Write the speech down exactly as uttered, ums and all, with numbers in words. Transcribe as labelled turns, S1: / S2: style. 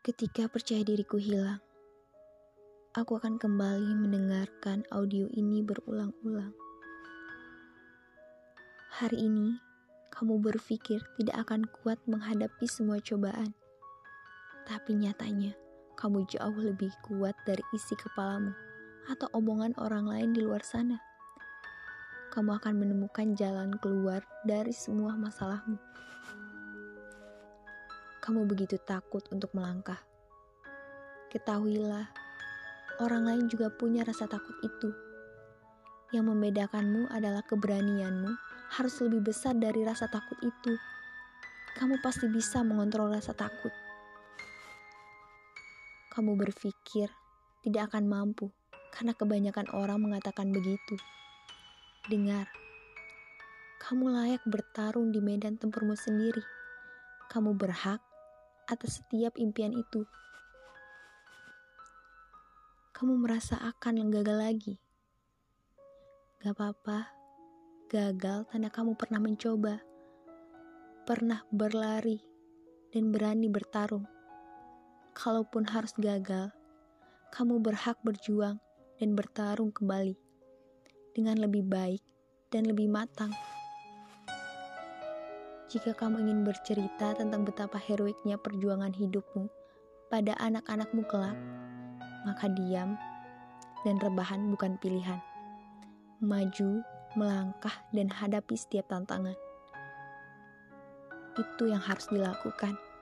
S1: Ketika percaya diriku hilang, aku akan kembali mendengarkan audio ini berulang-ulang. Hari ini, kamu berpikir tidak akan kuat menghadapi semua cobaan. Tapi nyatanya, kamu jauh lebih kuat dari isi kepalamu atau omongan orang lain di luar sana. Kamu akan menemukan jalan keluar dari semua masalahmu. Kamu begitu takut untuk melangkah. Ketahuilah, orang lain juga punya rasa takut itu. Yang membedakanmu adalah keberanianmu harus lebih besar dari rasa takut itu. Kamu pasti bisa mengontrol rasa takut. Kamu berpikir tidak akan mampu karena kebanyakan orang mengatakan begitu. Dengar, kamu layak bertarung di medan tempurmu sendiri. Kamu berhak atas setiap impian itu. Kamu merasa akan gagal lagi. Gak apa-apa, gagal tanda kamu pernah mencoba, pernah berlari, dan berani bertarung. Kalaupun harus gagal, kamu berhak berjuang dan bertarung kembali dengan lebih baik dan lebih matang. Jika kamu ingin bercerita tentang betapa heroiknya perjuangan hidupmu pada anak-anakmu kelak, maka diam dan rebahan bukan pilihan. Maju, melangkah, dan hadapi setiap tantangan. Itu yang harus dilakukan.